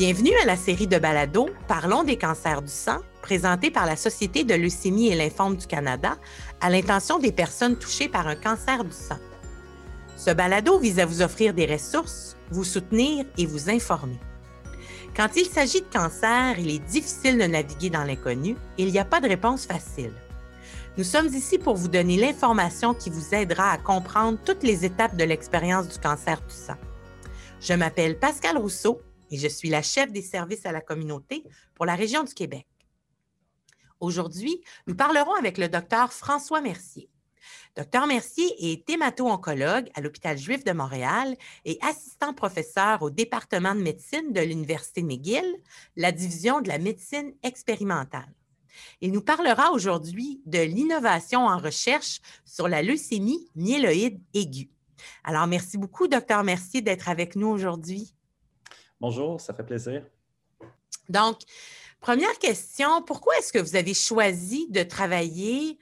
Bienvenue à la série de balados Parlons des cancers du sang, présentée par la Société de leucémie et lymphome du Canada à l'intention des personnes touchées par un cancer du sang. Ce balado vise à vous offrir des ressources, vous soutenir et vous informer. Quand il s'agit de cancer, il est difficile de naviguer dans l'inconnu et il n'y a pas de réponse facile. Nous sommes ici pour vous donner l'information qui vous aidera à comprendre toutes les étapes de l'expérience du cancer du sang. Je m'appelle Pascale Rousseau et je suis la chef des services à la communauté pour la région du Québec. Aujourd'hui, nous parlerons avec le docteur François Mercier. Dr Mercier est hémato-oncologue à l'Hôpital Juif de Montréal et assistant professeur au département de médecine de l'Université McGill, la division de la médecine expérimentale. Il nous parlera aujourd'hui de l'innovation en recherche sur la leucémie myéloïde aiguë. Alors, merci beaucoup, Dr Mercier, d'être avec nous aujourd'hui. Bonjour, ça fait plaisir. Donc, première question, pourquoi est-ce que vous avez choisi de travailler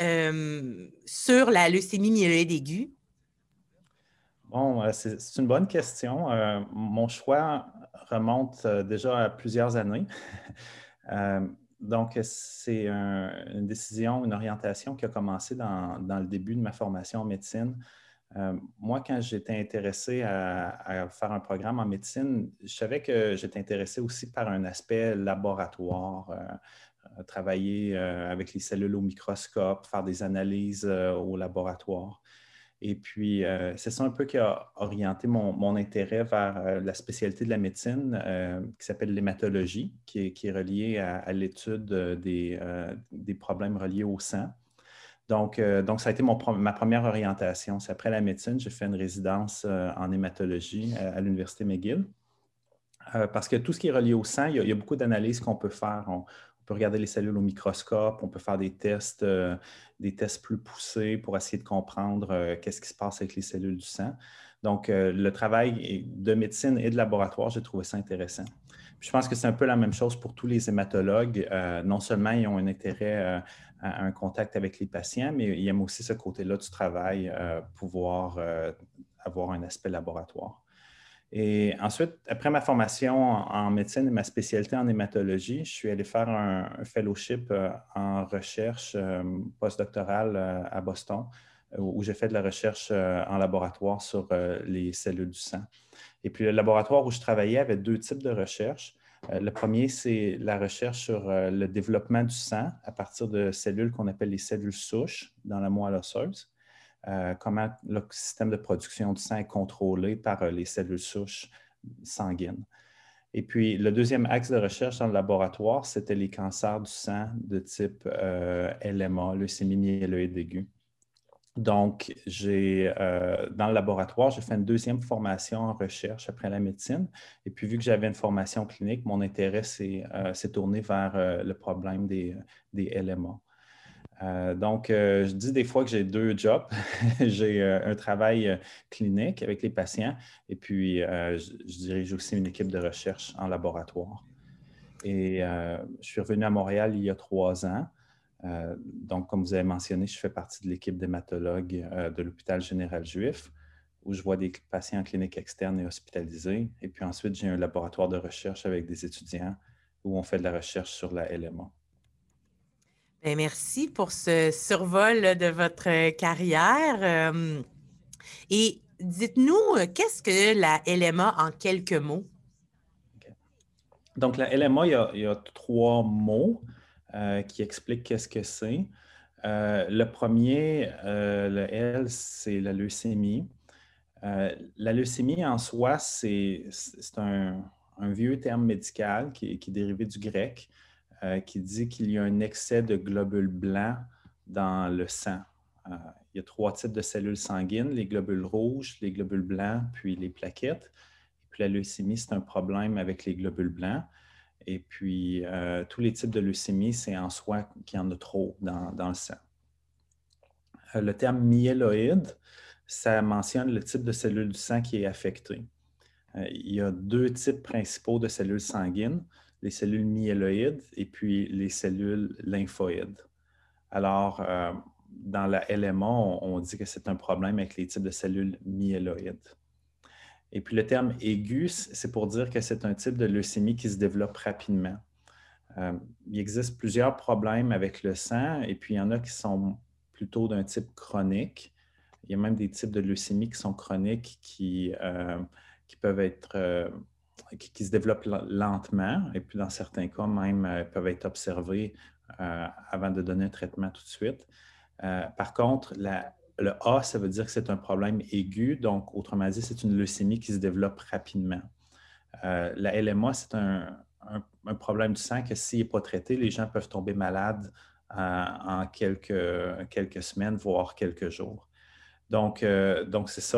sur la leucémie myéloïde aiguë? Bon, c'est une bonne question. Mon choix remonte déjà à plusieurs années. Donc, c'est une décision, une orientation qui a commencé dans le début de ma formation en médecine. Moi, quand j'étais intéressé à faire un programme en médecine, je savais que j'étais intéressé aussi par un aspect laboratoire, travailler avec les cellules au microscope, faire des analyses au laboratoire. Et puis, c'est ça un peu qui a orienté mon intérêt vers la spécialité de la médecine qui s'appelle l'hématologie, qui est reliée à l'étude des problèmes reliés au sang. Donc, ça a été ma première orientation. C'est après la médecine, j'ai fait une résidence en hématologie à l'Université McGill. Parce que tout ce qui est relié au sang, il y a beaucoup d'analyses qu'on peut faire. On peut regarder les cellules au microscope, on peut faire des tests plus poussés pour essayer de comprendre qu'est-ce qui se passe avec les cellules du sang. Donc, le travail de médecine et de laboratoire, j'ai trouvé ça intéressant. Puis, je pense que c'est un peu la même chose pour tous les hématologues. Non seulement ils ont un intérêt à un contact avec les patients, mais ils aiment aussi ce côté-là du travail, pouvoir avoir un aspect laboratoire. Et ensuite, après ma formation en médecine et ma spécialité en hématologie, je suis allé faire un fellowship en recherche postdoctorale à Boston, où j'ai fait de la recherche en laboratoire sur les cellules du sang. Et puis, le laboratoire où je travaillais avait deux types de recherche. Le premier, c'est la recherche sur le développement du sang à partir de cellules qu'on appelle les cellules souches dans la moelle osseuse. Comment le système de production du sang est contrôlé par les cellules souches sanguines. Et puis, le deuxième axe de recherche dans le laboratoire, c'était les cancers du sang de type LMA, leucémie myéloïde aiguë. Donc, dans le laboratoire, j'ai fait une deuxième formation en recherche après la médecine. Et puis, vu que j'avais une formation clinique, mon intérêt s'est tourné vers le problème des LMA. Donc, je dis des fois que j'ai deux jobs. J'ai un travail clinique avec les patients et puis je dirige aussi une équipe de recherche en laboratoire. Et je suis revenu à Montréal il y a 3 ans. Donc, comme vous avez mentionné, je fais partie de l'équipe d'hématologues de l'Hôpital Général Juif, où je vois des patients en clinique externe et hospitalisés. Et puis ensuite, j'ai un laboratoire de recherche avec des étudiants où on fait de la recherche sur la LMA. Bien, merci pour ce survol de votre carrière. Et dites-nous, qu'est-ce que la LMA en quelques mots? Okay. Donc, la LMA, il y a 3 mots qui expliquent qu'est-ce que c'est. Le premier, le L, c'est la leucémie. La leucémie en soi, c'est un vieux terme médical qui est dérivé du grec, qui dit qu'il y a un excès de globules blancs dans le sang. Il y a 3 types de cellules sanguines, les globules rouges, les globules blancs, puis les plaquettes. Et puis la leucémie, c'est un problème avec les globules blancs. Et puis, tous les types de leucémie, c'est en soi qu'il y en a trop dans le sang. Le terme myéloïde, ça mentionne le type de cellule du sang qui est affectée. Il y a 2 types principaux de cellules sanguines, les cellules myéloïdes et puis les cellules lymphoïdes. Alors, dans la LMA, on dit que c'est un problème avec les types de cellules myéloïdes. Et puis le terme aigu, c'est pour dire que c'est un type de leucémie qui se développe rapidement. Il existe plusieurs problèmes avec le sang, et puis il y en a qui sont plutôt d'un type chronique. Il y a même des types de leucémie qui sont chroniques qui peuvent être qui se développent lentement, et puis dans certains cas même peuvent être observés avant de donner un traitement tout de suite. Par contre, le A, ça veut dire que c'est un problème aigu, donc autrement dit, c'est une leucémie qui se développe rapidement. La LMA, c'est un problème du sang que s'il n'est pas traité, les gens peuvent tomber malades en quelques semaines, voire quelques jours. Donc c'est ça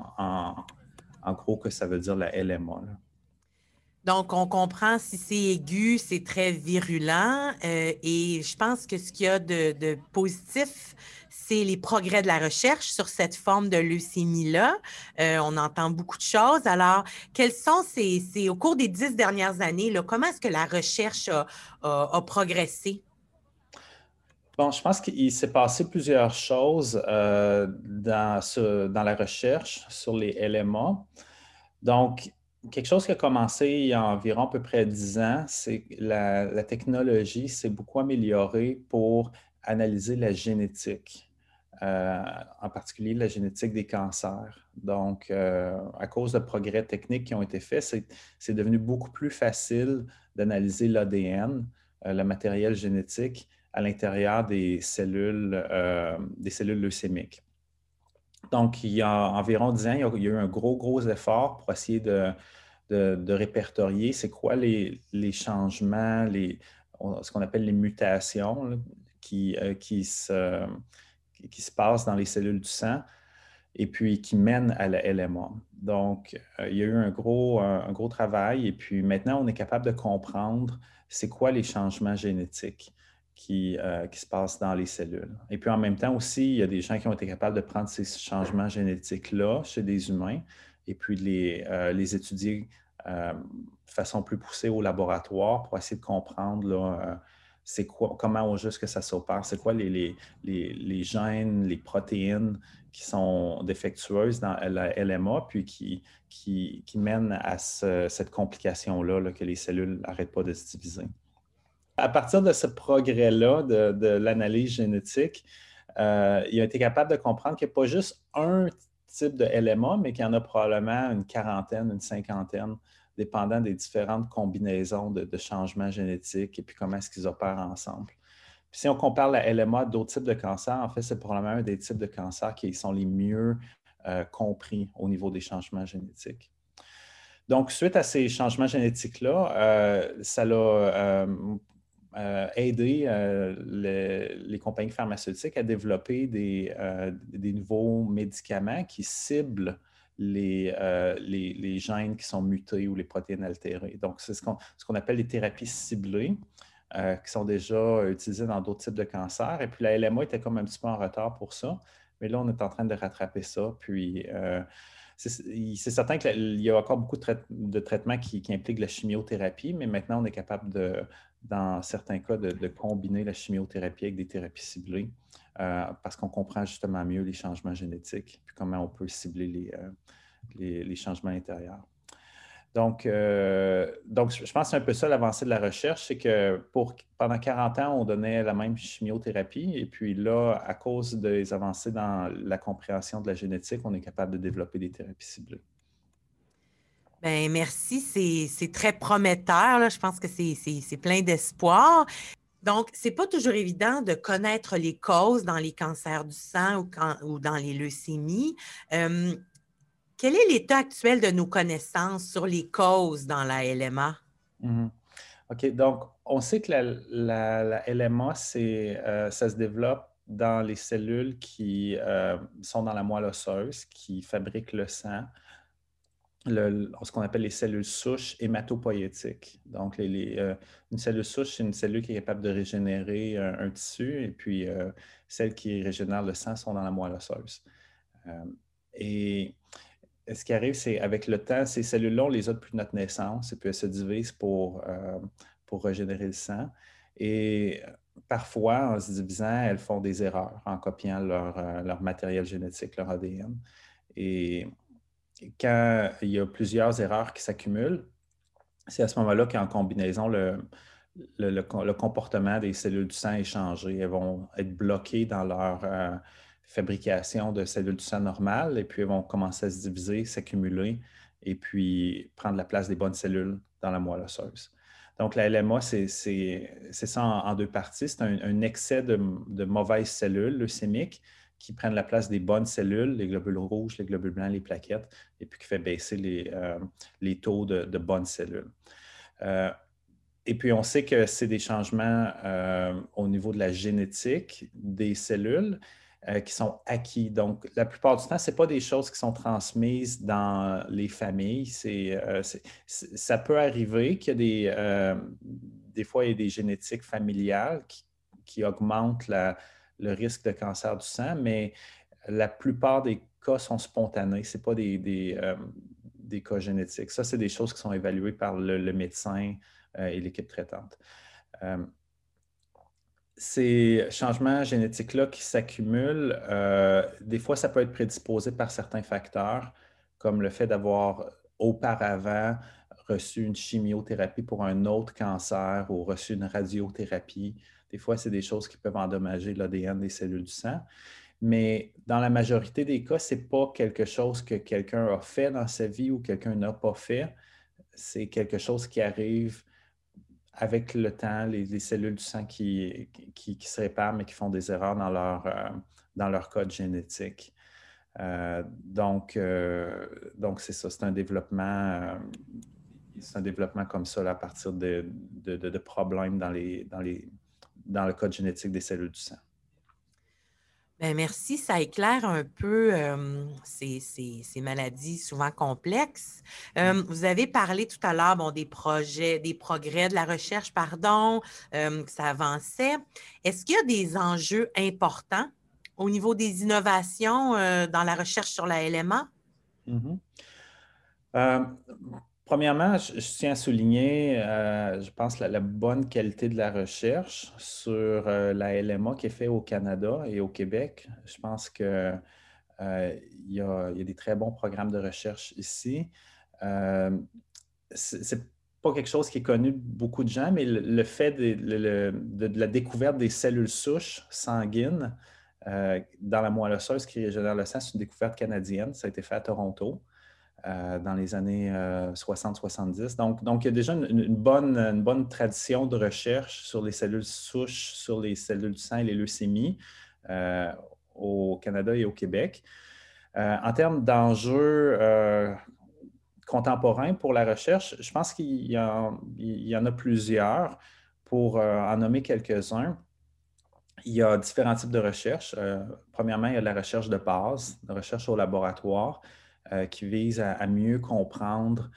en gros que ça veut dire la LMA, là. Donc, on comprend si c'est aigu, c'est très virulent. Et je pense que ce qu'il y a de positif, c'est les progrès de la recherche sur cette forme de leucémie-là. On entend beaucoup de choses. Alors, quels sont au cours des 10 dernières années, là, comment est-ce que la recherche a progressé? Bon, je pense qu'il s'est passé plusieurs choses dans la recherche sur les LMA. Donc, quelque chose qui a commencé il y a environ à peu près 10 ans, c'est que la technologie s'est beaucoup améliorée pour analyser la génétique, en particulier la génétique des cancers. Donc, à cause de progrès techniques qui ont été faits, c'est devenu beaucoup plus facile d'analyser l'ADN, le matériel génétique, à l'intérieur des cellules leucémiques. Donc, il y a environ 10 ans, il y a eu un gros effort pour essayer de répertorier c'est quoi les changements, ce qu'on appelle les mutations là, qui se passent dans les cellules du sang et puis qui mènent à la LMA. Donc, il y a eu un gros travail et puis maintenant, on est capable de comprendre c'est quoi les changements génétiques qui se passent dans les cellules. Et puis en même temps aussi, il y a des gens qui ont été capables de prendre ces changements génétiques-là chez des humains et puis de les étudier de façon plus poussée au laboratoire pour essayer de comprendre là, c'est quoi, comment au juste que ça s'opère, c'est quoi les gènes, les protéines qui sont défectueuses dans la LMA, puis qui mènent à cette complication-là, là, que les cellules n'arrêtent pas de se diviser. À partir de ce progrès-là de l'analyse génétique, ils ont été capables de comprendre qu'il n'y a pas juste un type de LMA, mais qu'il y en a probablement une quarantaine, une cinquantaine, dépendant des différentes combinaisons de changements génétiques et puis comment est-ce qu'ils opèrent ensemble. Puis si on compare la LMA à d'autres types de cancers, en fait, c'est probablement un des types de cancers qui sont les mieux compris au niveau des changements génétiques. Donc, suite à ces changements génétiques-là, ça l'a aidé les compagnies pharmaceutiques à développer des nouveaux médicaments qui ciblent les gènes qui sont mutés ou les protéines altérées. Donc, c'est ce qu'on appelle les thérapies ciblées, qui sont déjà utilisées dans d'autres types de cancers. Et puis, la LMA était comme un petit peu en retard pour ça. Mais là, on est en train de rattraper ça. Puis, c'est certain qu'il y a encore beaucoup de traitements qui impliquent la chimiothérapie, mais maintenant, on est capable dans certains cas, de combiner la chimiothérapie avec des thérapies ciblées parce qu'on comprend justement mieux les changements génétiques puis comment on peut cibler les changements intérieurs. Donc, je pense que c'est un peu ça l'avancée de la recherche, c'est que pendant 40 ans, on donnait la même chimiothérapie et puis là, à cause des avancées dans la compréhension de la génétique, on est capable de développer des thérapies ciblées. Bien, merci, c'est très prometteur, là. Je pense que c'est plein d'espoir. Donc, c'est pas toujours évident de connaître les causes dans les cancers du sang ou dans les leucémies. Quel est l'état actuel de nos connaissances sur les causes dans la LMA? Mhm. OK, donc on sait que la LMA, ça se développe dans les cellules qui sont dans la moelle osseuse, qui fabriquent le sang, ce qu'on appelle les cellules souches hématopoïétiques. Donc, une cellule souche, c'est une cellule qui est capable de régénérer un tissu, et puis celles qui régénèrent le sang sont dans la moelle osseuse. Et ce qui arrive, c'est avec le temps, ces cellules-là, on les a depuis notre naissance, et puis elles se divisent pour régénérer le sang. Et parfois, en se divisant, elles font des erreurs en copiant leur matériel génétique, leur ADN. Et quand il y a plusieurs erreurs qui s'accumulent, c'est à ce moment-là qu'en combinaison, le comportement des cellules du sang est changé. Elles vont être bloquées dans leur fabrication de cellules du sang normales et puis elles vont commencer à se diviser, s'accumuler et puis prendre la place des bonnes cellules dans la moelle osseuse. Donc, la LMA, c'est ça en deux parties. C'est un excès de mauvaises cellules leucémiques qui prennent la place des bonnes cellules, les globules rouges, les globules blancs, les plaquettes, et puis qui fait baisser les taux de bonnes cellules. Et puis, on sait que c'est des changements au niveau de la génétique des cellules qui sont acquis. Donc, la plupart du temps, ce n'est pas des choses qui sont transmises dans les familles. Ça peut arriver qu'il y a des fois, il y a des génétiques familiales qui augmentent le risque de cancer du sang, mais la plupart des cas sont spontanés. Ce n'est pas des cas génétiques. Ça, c'est des choses qui sont évaluées par le médecin et l'équipe traitante. Ces changements génétiques-là qui s'accumulent, des fois, ça peut être prédisposé par certains facteurs, comme le fait d'avoir auparavant reçu une chimiothérapie pour un autre cancer ou reçu une radiothérapie. Des fois, c'est des choses qui peuvent endommager l'ADN des cellules du sang. Mais dans la majorité des cas, ce n'est pas quelque chose que quelqu'un a fait dans sa vie ou quelqu'un n'a pas fait. C'est quelque chose qui arrive avec le temps, les cellules du sang qui se réparent, mais qui font des erreurs dans leur code génétique. Donc, c'est ça, c'est un développement comme ça là, à partir de problèmes dans le code génétique des cellules du sang. Bien, merci, ça éclaire un peu ces maladies souvent complexes. Vous avez parlé tout à l'heure des progrès de la recherche, pardon, que ça avançait. Est-ce qu'il y a des enjeux importants au niveau des innovations dans la recherche sur la LMA? Premièrement, je tiens à souligner, je pense, la bonne qualité de la recherche sur la LMA qui est faite au Canada et au Québec. Je pense qu'il y a des très bons programmes de recherche ici. C'est pas quelque chose qui est connu de beaucoup de gens, mais le fait de la découverte des cellules souches sanguines dans la moelle osseuse qui régénère le sang, c'est une découverte canadienne. Ça a été fait à Toronto. Dans les années 60-70. Donc, il y a déjà une bonne tradition de recherche sur les cellules souches, sur les cellules du sang et les leucémies au Canada et au Québec. En termes d'enjeux contemporains pour la recherche, je pense qu'il y en a plusieurs. Pour en nommer quelques-uns, il y a différents types de recherche. Premièrement, il y a la recherche de base, la recherche au laboratoire, qui vise à mieux comprendre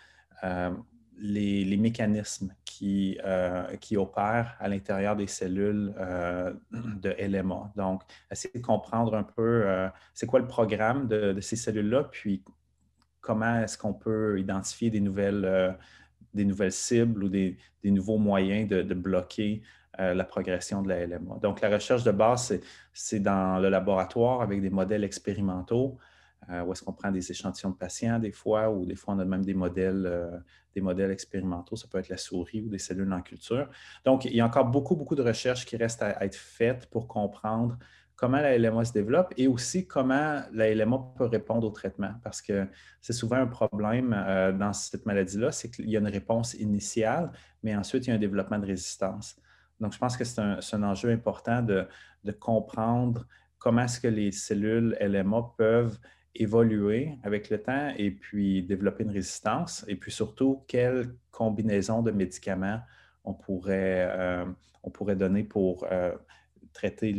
les mécanismes qui opèrent à l'intérieur des cellules de LMA. Donc, essayer de comprendre un peu c'est quoi le programme de ces cellules-là, puis comment est-ce qu'on peut identifier des nouvelles cibles ou des nouveaux moyens de bloquer la progression de la LMA. Donc, la recherche de base, c'est dans le laboratoire avec des modèles expérimentaux où est-ce qu'on prend des échantillons de patients des fois, ou des fois on a même des modèles expérimentaux, ça peut être la souris ou des cellules en culture. Donc, il y a encore beaucoup, beaucoup de recherches qui restent à être faites pour comprendre comment la LMA se développe et aussi comment la LMA peut répondre au traitement. Parce que c'est souvent un problème dans cette maladie-là, c'est qu'il y a une réponse initiale, mais ensuite il y a un développement de résistance. Donc, je pense que c'est un enjeu important de comprendre comment est-ce que les cellules LMA peuvent évoluer avec le temps et puis développer une résistance. Et puis surtout, quelle combinaison de médicaments on pourrait donner pour traiter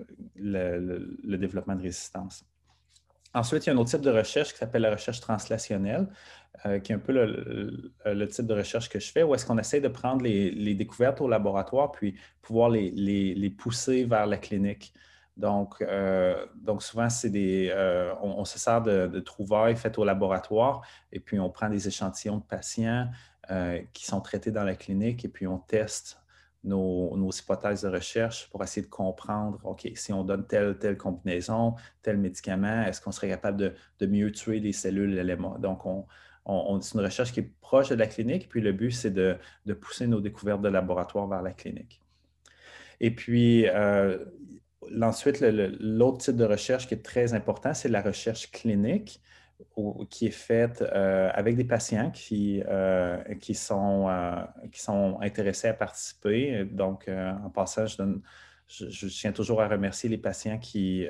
le développement de résistance. Ensuite, il y a un autre type de recherche qui s'appelle la recherche translationnelle, qui est un peu le type de recherche que je fais, où est-ce qu'on essaie de prendre les découvertes au laboratoire puis pouvoir les pousser vers la clinique. Donc souvent, on se sert de trouvailles faites au laboratoire et puis on prend des échantillons de patients qui sont traités dans la clinique et puis on teste nos hypothèses de recherche pour essayer de comprendre, OK, si on donne telle combinaison, tel médicament, est-ce qu'on serait capable de mieux tuer les cellules LMA? Donc, c'est une recherche qui est proche de la clinique, puis le but, c'est de pousser nos découvertes de laboratoire vers la clinique. Et puis, ensuite, l'autre type de recherche qui est très important, c'est la recherche clinique qui est faite avec des patients qui sont intéressés à participer. Donc, en passant, je tiens toujours à remercier les patients qui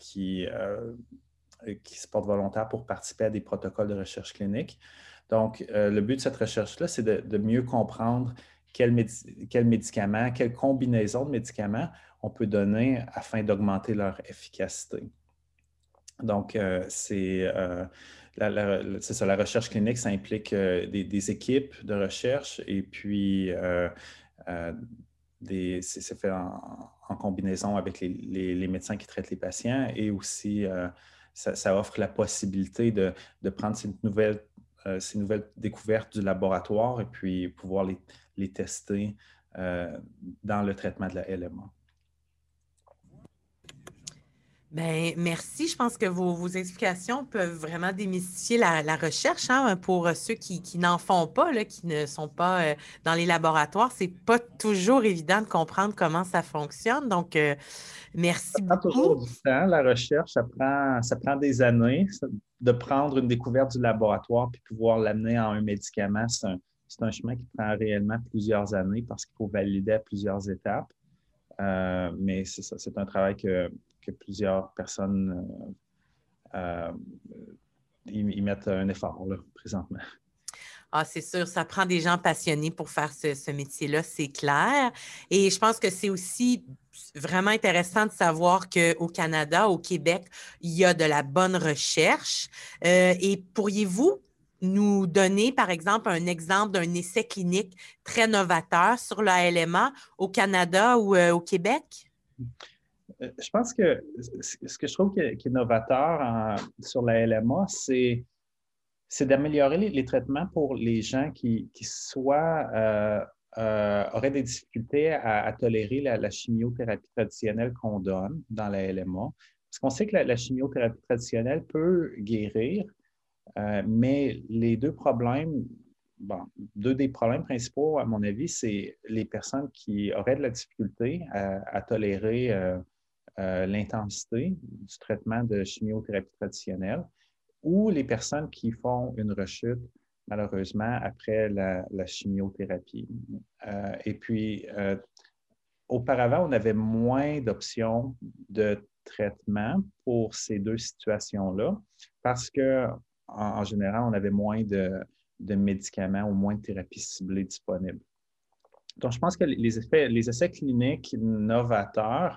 se portent volontaires pour participer à des protocoles de recherche clinique. Donc, le but de cette recherche-là, c'est de mieux comprendre quels médicaments, quelles combinaisons de médicaments on peut donner afin d'augmenter leur efficacité. Donc, c'est ça, la recherche clinique, ça implique des équipes de recherche et puis c'est fait en combinaison avec les médecins qui traitent les patients et aussi ça offre la possibilité de prendre ces nouvelles découvertes du laboratoire et puis pouvoir les tester dans le traitement de la LMA. Bien, merci. Je pense que vos explications peuvent vraiment démystifier la recherche pour ceux qui n'en font pas, là, qui ne sont pas dans les laboratoires. C'est pas toujours évident de comprendre comment ça fonctionne. Donc, merci Ça prend toujours beaucoup. du temps, la recherche, ça prend des années. De prendre une découverte du laboratoire puis pouvoir l'amener en un médicament, c'est un chemin qui prend réellement plusieurs années parce qu'il faut valider à plusieurs étapes. Mais c'est ça, c'est un travail que plusieurs personnes y mettent un effort là, présentement. Ah, c'est sûr, ça prend des gens passionnés pour faire ce métier-là, c'est clair. Et je pense que c'est aussi vraiment intéressant de savoir qu'au Canada, au Québec, il y a de la bonne recherche. Et pourriez-vous nous donner, par exemple, un exemple d'un essai clinique très novateur sur la LMA au Canada ou au Québec? Je pense que ce que je trouve qui est novateur sur la LMA, c'est d'améliorer les traitements pour les gens qui soit auraient des difficultés à tolérer la chimiothérapie traditionnelle qu'on donne dans la LMA. Parce qu'on sait que la chimiothérapie traditionnelle peut guérir, mais les deux des problèmes principaux, à mon avis, c'est les personnes qui auraient de la difficulté à tolérer l'intensité du traitement de chimiothérapie traditionnelle ou les personnes qui font une rechute, malheureusement, après la chimiothérapie. Et puis, auparavant, on avait moins d'options de traitement pour ces deux situations-là parce qu'en général, on avait moins de médicaments ou moins de thérapies ciblées disponibles. Donc, je pense que les essais cliniques novateurs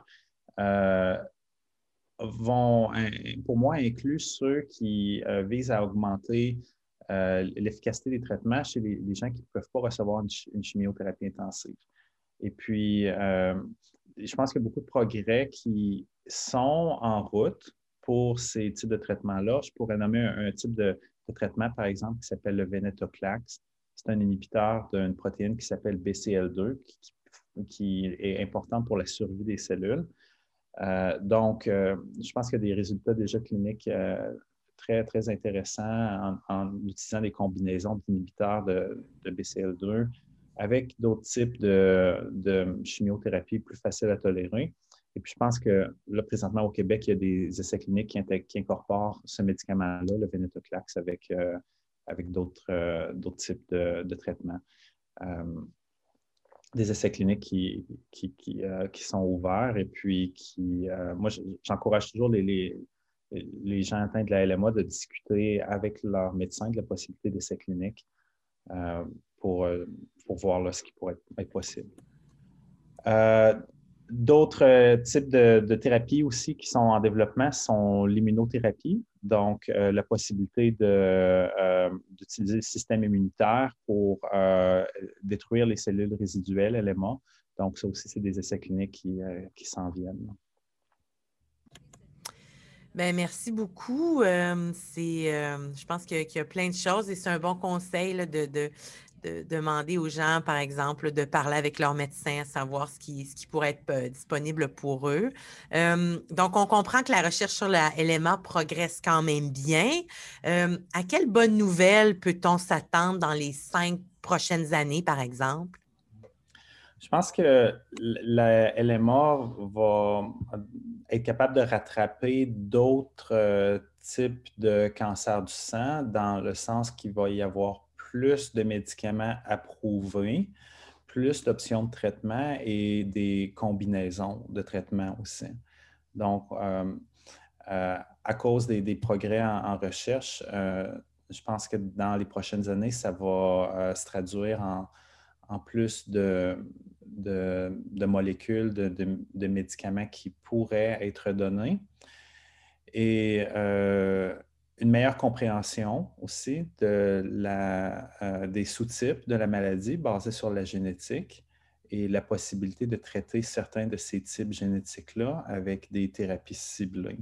vont, pour moi, inclure ceux qui visent à augmenter l'efficacité des traitements chez les gens qui ne peuvent pas recevoir une chimiothérapie intensive. Et puis, je pense qu'il y a beaucoup de progrès qui sont en route pour ces types de traitements-là. Je pourrais nommer un type de traitement, par exemple, qui s'appelle le venetoclax. C'est un inhibiteur d'une protéine qui s'appelle BCL2, qui est important pour la survie des cellules. Donc, je pense qu'il y a des résultats déjà cliniques très, très intéressants en utilisant des combinaisons d'inhibiteurs de BCL2 avec d'autres types de chimiothérapie plus faciles à tolérer. Et puis, je pense que là, présentement, au Québec, il y a des essais cliniques qui incorporent ce médicament-là, le venetoclax, avec d'autres types de traitements. Des essais cliniques qui sont ouverts et puis moi, j'encourage toujours les gens atteints de la LMA de discuter avec leur médecin de la possibilité d'essais cliniques pour voir là, ce qui pourrait être possible. D'autres types de thérapies aussi qui sont en développement sont l'immunothérapie, donc la possibilité d'utiliser le système immunitaire pour détruire les cellules résiduelles LMA. Donc, ça aussi, c'est des essais cliniques qui s'en viennent. Bien, merci beaucoup. Je pense qu'il y a plein de choses et c'est un bon conseil là, de demander aux gens, par exemple, de parler avec leur médecin, savoir ce qui pourrait être disponible pour eux. Donc, on comprend que la recherche sur la LMA progresse quand même bien. À quelle bonne nouvelle peut-on s'attendre dans les 5 prochaines années, par exemple? Je pense que la LMA va être capable de rattraper d'autres types de cancer du sang dans le sens qu'il va y avoir plus de médicaments approuvés, plus d'options de traitement et des combinaisons de traitement aussi. Donc, à cause des progrès en recherche, je pense que dans les prochaines années, ça va se traduire en plus de molécules, de médicaments qui pourraient être donnés et une meilleure compréhension aussi des sous-types de la maladie basés sur la génétique et la possibilité de traiter certains de ces types génétiques-là avec des thérapies ciblées.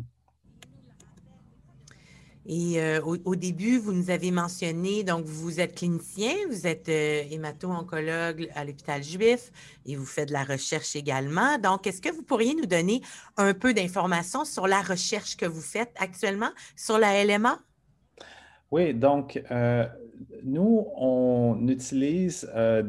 Et au début, vous nous avez mentionné, donc vous êtes clinicien, vous êtes hémato-oncologue à l'hôpital Juif et vous faites de la recherche également. Donc, est-ce que vous pourriez nous donner un peu d'informations sur la recherche que vous faites actuellement sur la LMA? Oui, donc nous, on utilise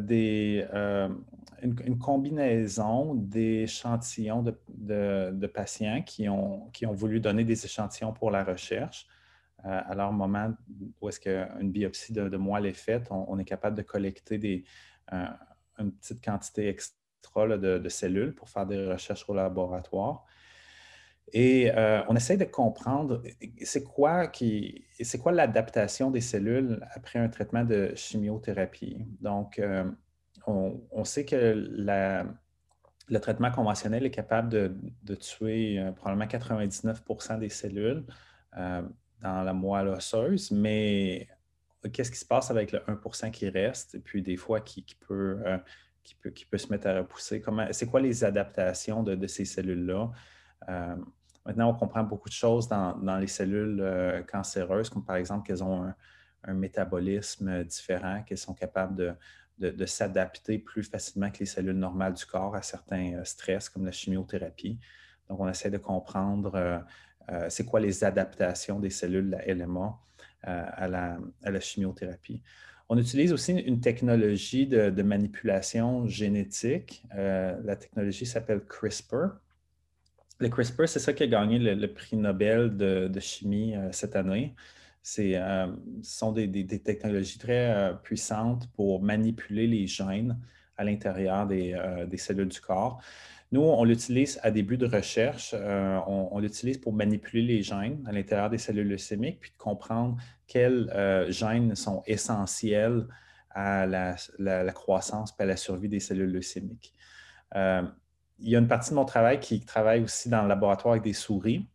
une combinaison d'échantillons de patients qui ont voulu donner des échantillons pour la recherche. À leur moment où est-ce qu'une biopsie de moelle est faite, on est capable de collecter euh, une petite quantité extra là, de cellules pour faire des recherches au laboratoire. Et on essaie de comprendre c'est quoi l'adaptation des cellules après un traitement de chimiothérapie. Donc, on sait que le traitement conventionnel est capable de tuer probablement 99 des cellules dans la moelle osseuse, mais qu'est-ce qui se passe avec le 1 qui reste, et puis des fois qui peut se mettre à repousser? C'est quoi les adaptations de ces cellules-là? Euh, Maintenant, on comprend beaucoup de choses dans les cellules cancéreuses, comme par exemple qu'elles ont un métabolisme différent, qu'elles sont capables de s'adapter plus facilement que les cellules normales du corps à certains stress, comme la chimiothérapie. Donc, on essaie de comprendre c'est quoi les adaptations des cellules, la LMA, à la chimiothérapie. On utilise aussi une technologie de manipulation génétique. La technologie s'appelle CRISPR. Le CRISPR, c'est ça qui a gagné le prix Nobel de chimie cette année. Ce sont des technologies très puissantes pour manipuler les gènes à l'intérieur des cellules du corps. Nous, on l'utilise à des buts de recherche. On l'utilise pour manipuler les gènes à l'intérieur des cellules leucémiques, puis de comprendre quels gènes sont essentiels à la croissance et à la survie des cellules leucémiques. Il y a une partie de mon travail qui travaille aussi dans le laboratoire avec des souris.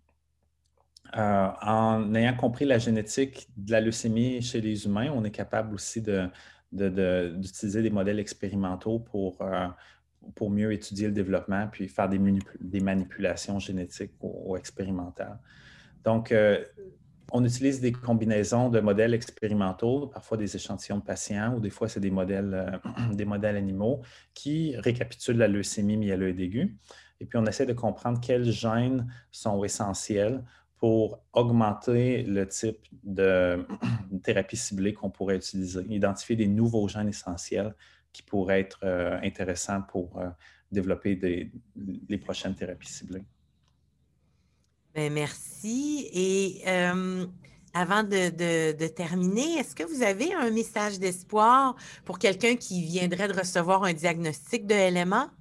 En ayant compris la génétique de la leucémie chez les humains, on est capable aussi d'utiliser des modèles expérimentaux pour mieux étudier le développement puis faire des manipulations génétiques ou expérimentales. Donc, on utilise des combinaisons de modèles expérimentaux, parfois des échantillons de patients ou des fois c'est des modèles animaux qui récapitulent la leucémie myéloïde aiguë. Et puis on essaie de comprendre quels gènes sont essentiels pour augmenter le type de thérapie ciblée qu'on pourrait utiliser, identifier des nouveaux gènes essentiels qui pourraient être intéressants pour développer les prochaines thérapies ciblées. Bien, merci. Et avant de terminer, est-ce que vous avez un message d'espoir pour quelqu'un qui viendrait de recevoir un diagnostic de LMA?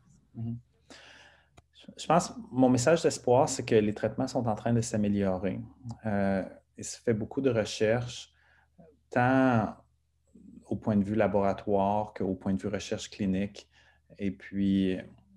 Je pense que mon message d'espoir, c'est que les traitements sont en train de s'améliorer. Il se fait beaucoup de recherches, tant au point de vue laboratoire qu'au point de vue recherche clinique. Et puis,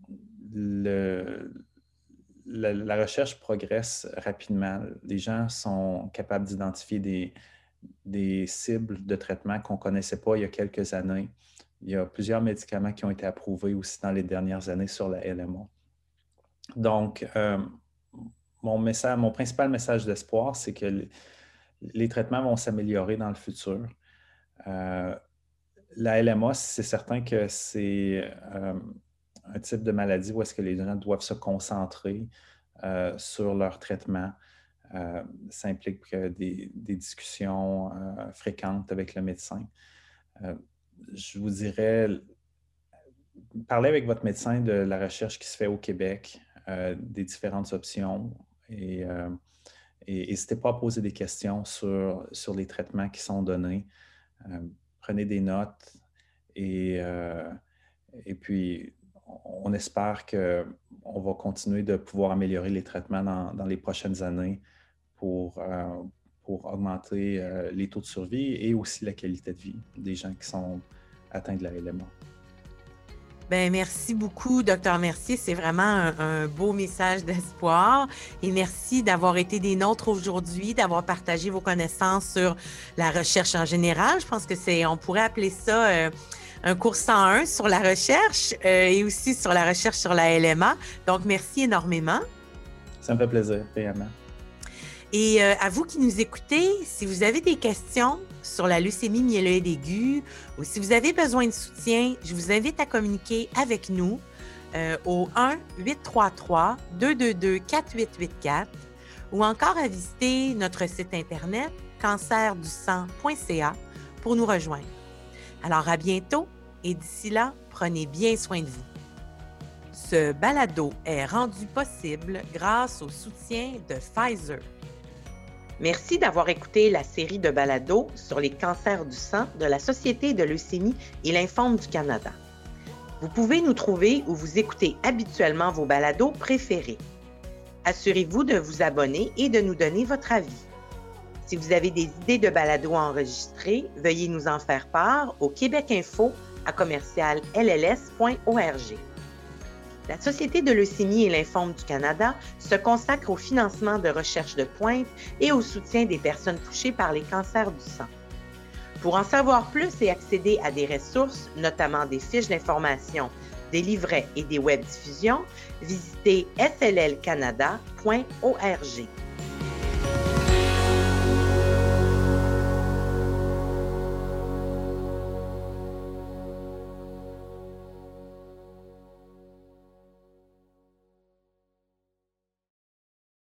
la recherche progresse rapidement. Les gens sont capables d'identifier des cibles de traitement qu'on ne connaissait pas il y a quelques années. Il y a plusieurs médicaments qui ont été approuvés aussi dans les dernières années sur la LMA. Donc, mon principal message d'espoir, c'est que les traitements vont s'améliorer dans le futur. La LMA, c'est certain que c'est un type de maladie où est-ce que les gens doivent se concentrer sur leur traitement. Ça implique des discussions fréquentes avec le médecin. Je vous dirais, parlez avec votre médecin de la recherche qui se fait au Québec, des différentes options et n'hésitez pas à poser des questions sur les traitements qui sont donnés. Prenez des notes et puis on espère qu'on va continuer de pouvoir améliorer les traitements dans les prochaines années pour augmenter les taux de survie et aussi la qualité de vie des gens qui sont atteints de la LMA. Bien, merci beaucoup, Dr. Mercier. C'est vraiment un beau message d'espoir. Et merci d'avoir été des nôtres aujourd'hui, d'avoir partagé vos connaissances sur la recherche en général. Je pense que on pourrait appeler ça un cours 101 sur la recherche et aussi sur la recherche sur la LMA. Donc, merci énormément. Ça me fait plaisir, réellement. Et à vous qui nous écoutez, si vous avez des questions sur la leucémie myéloïde aiguë ou si vous avez besoin de soutien, je vous invite à communiquer avec nous au 1-833-222-4884 ou encore à visiter notre site internet cancerdu-sang.ca pour nous rejoindre. Alors à bientôt et d'ici là, prenez bien soin de vous. Ce balado est rendu possible grâce au soutien de Pfizer. Merci d'avoir écouté la série de balados sur les cancers du sang de la Société de leucémie et lymphome du Canada. Vous pouvez nous trouver où vous écoutez habituellement vos balados préférés. Assurez-vous de vous abonner et de nous donner votre avis. Si vous avez des idées de balados à enregistrer, veuillez nous en faire part au québecinfo@lls.org. La Société de leucémie et lymphome du Canada se consacre au financement de recherches de pointe et au soutien des personnes touchées par les cancers du sang. Pour en savoir plus et accéder à des ressources, notamment des fiches d'information, des livrets et des webdiffusions, visitez sllcanada.org.